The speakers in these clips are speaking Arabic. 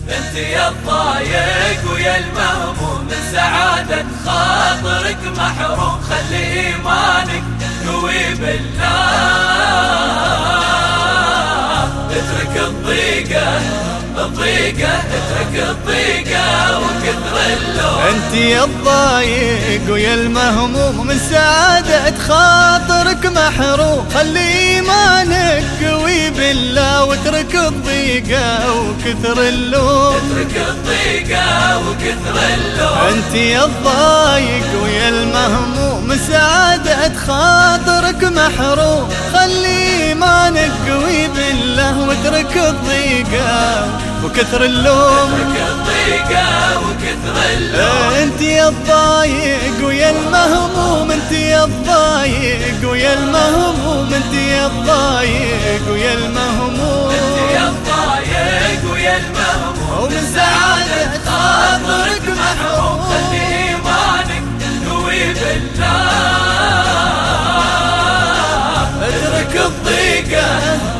انت يا الضايق ويا المهموم من سعادة خاطرك محروم، خلي ايمانك قوي بالله، اترك الضيقة اترك الضيقة وكثر اللوم. انت يا الضايق ويا المهموم من سعادة خاطرك محروم، خلي ايمانك قوي بالله واترك الضيقة وكثر اللوم. اترك الضيقة وكثر اللوم. انت يا الضايق ويا المهموم من سعادة خاطرك محروم، خلي ايمانك قوي بالله واترك الضيقة وكثر اللوم. اترك الضيقة وكثر اللوم. انت يا الضايق ويا المهموم، انت يا الضايق ويا المهموم، انت يا الضايق ويا المهموم، انت يا الضايق ويا المهموم ومن سعادة خاطرك محروم، خلي ايمانك قوي بالله، اترك الضيقة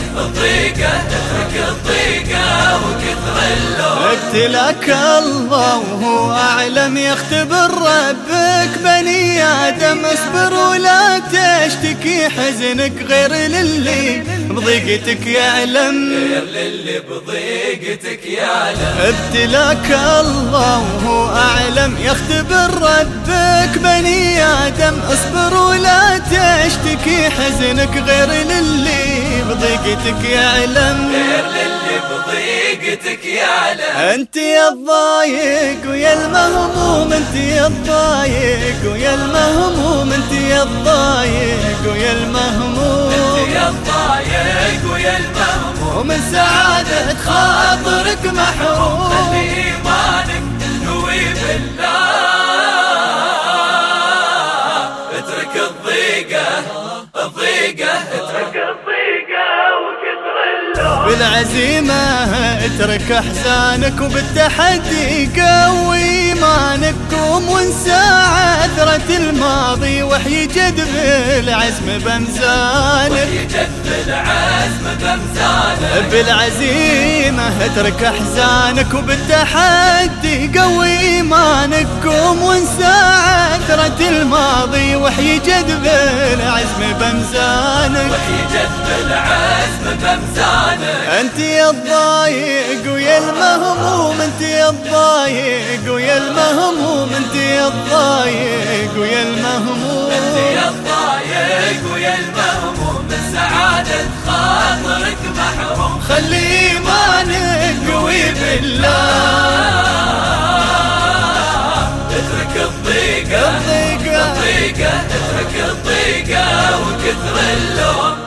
اترك الضيقة وكثر اللوم. ابتلاك الله وهو أعلم يختبر ربك بني آدم، اصبر ولا تشتكي حزنك غير للي بضيقتك يعلم، غير للي بضيقتك يعلم. ابتلاك الله وهو أعلم يختبر ربك بني آدم، اصبر ولا تشتكي حزنك غير للي بضيقتك يعلم، غير للي بضيقتك يعلم. انت يا الضايق ويا المهموم، انت يا الضايق ويا المهموم، انت يا الضايق ويا المهموم، انت يا الضايق ويا المهموم ومن سعادة خاطرك محروم، خلي ايمانك قوي بالله، اترك الضيقة اترك الضيقة وكثر اللوم. بالعزيمة اترك احزانك وبالتحدي قوي ايمانك، قوم وانسى عثرة الماضي وحي جد بالعزم بمزانك، وحي جد بالعزم بمزانك. بالعزيمة اترك احزانك وبالتحدي قوي ايمانك، قوم وانسى عثرة الماضي وحي جد بالعزم بمزانك، وحي جد بالعزم بمزانك. انت يا الضايق ويا المهموم، انت يا الضايق ويا المهموم، انت يا الضايق ويا المهموم، انت يا الضايق ويا المهموم من سعادة خاطرك محروم، خلي ايمانك قوي بالله، اترك الضيقة اترك الضيقة وكثر اللوم.